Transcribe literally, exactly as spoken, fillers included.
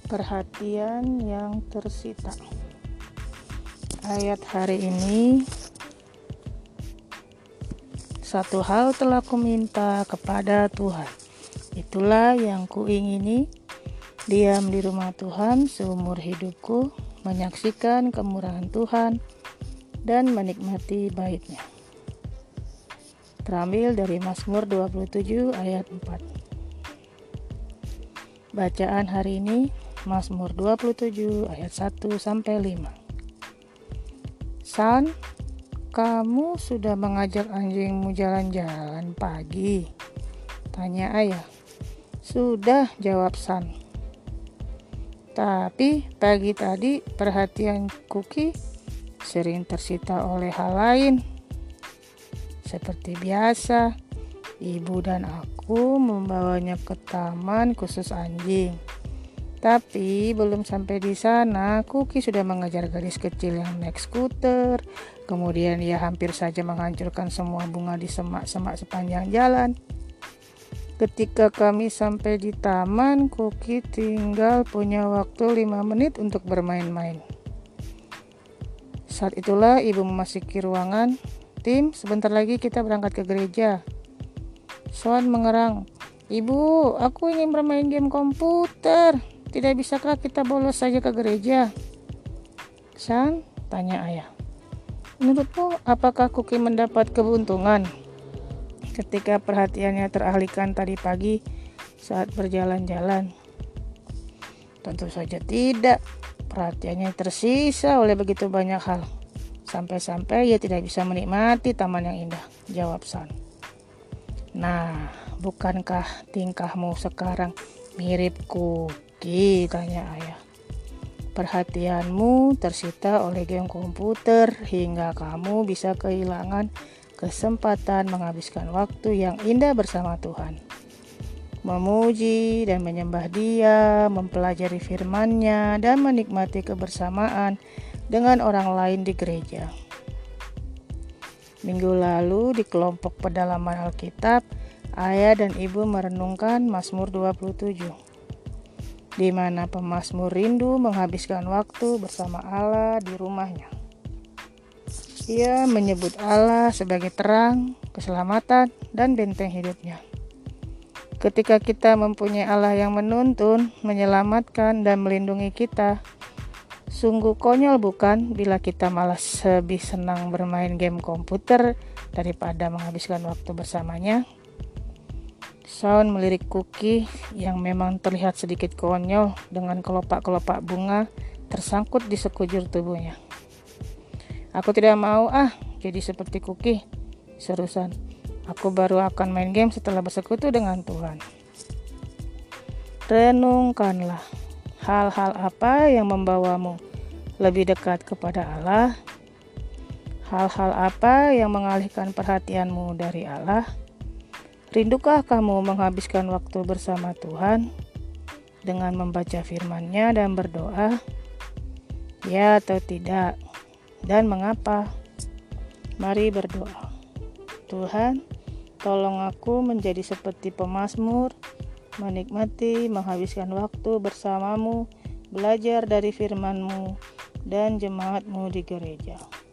Perhatian yang tersita. Ayat hari ini, satu hal telah kuminta kepada Tuhan, itulah yang kuingini, diam di rumah Tuhan seumur hidupku, menyaksikan kemurahan Tuhan dan menikmati bait-Nya. Terambil dari Mazmur dua puluh tujuh ayat empat. Bacaan hari ini Mazmur dua puluh tujuh ayat satu sampai lima. San, kamu sudah mengajak anjingmu jalan-jalan pagi? Tanya ayah. Sudah, jawab San. Tapi pagi tadi perhatian Kuki sering tersita oleh hal lain. Seperti biasa, ibu dan aku membawanya ke taman khusus anjing. Tapi belum sampai di sana, Kuki sudah mengejar gadis kecil yang naik skuter. Kemudian ia hampir saja menghancurkan semua bunga di semak-semak sepanjang jalan. Ketika kami sampai di taman, Kuki tinggal punya waktu lima menit untuk bermain-main. Saat itulah ibu memasuki ruangan. Tim, sebentar lagi kita berangkat ke gereja. Swan mengerang. Ibu, aku ingin bermain game komputer. Tidak bisakah kita bolos saja ke gereja? San, tanya ayah. Menurutmu, apakah Kuki mendapat keuntungan ketika perhatiannya teralihkan tadi pagi saat berjalan-jalan? Tentu saja tidak. Perhatiannya tersisa oleh begitu banyak hal. Sampai-sampai ia tidak bisa menikmati taman yang indah, jawab San. Nah, bukankah tingkahmu sekarang mirip Kuki? Tanya ayah. Perhatianmu tersita oleh game komputer hingga kamu bisa kehilangan kesempatan menghabiskan waktu yang indah bersama Tuhan. Memuji dan menyembah Dia, mempelajari firman-Nya, dan menikmati kebersamaan dengan orang lain di gereja. Minggu lalu di kelompok pedalaman Alkitab, ayah dan ibu merenungkan Mazmur dua puluh tujuh, di mana pemazmur rindu menghabiskan waktu bersama Allah di rumahnya. Ia menyebut Allah sebagai terang, keselamatan, dan benteng hidupnya. Ketika kita mempunyai Allah yang menuntun, menyelamatkan, dan melindungi kita, sungguh konyol bukan bila kita malah lebih senang bermain game komputer daripada menghabiskan waktu bersamanya? Sound melirik Kuki yang memang terlihat sedikit konyol dengan kelopak-kelopak bunga tersangkut di sekujur tubuhnya. Aku tidak mau ah jadi seperti Kuki, seru San. Aku baru akan main game setelah bersekutu dengan Tuhan. Renungkanlah hal-hal apa yang membawamu lebih dekat kepada Allah? Hal-hal apa yang mengalihkan perhatianmu dari Allah? Rindukah kamu menghabiskan waktu bersama Tuhan dengan membaca firman-Nya dan berdoa? Ya atau tidak? Dan mengapa? Mari berdoa. Tuhan, tolong aku menjadi seperti pemazmur, menikmati, menghabiskan waktu bersamamu, belajar dari firman-Mu dan jemaat-Mu di gereja.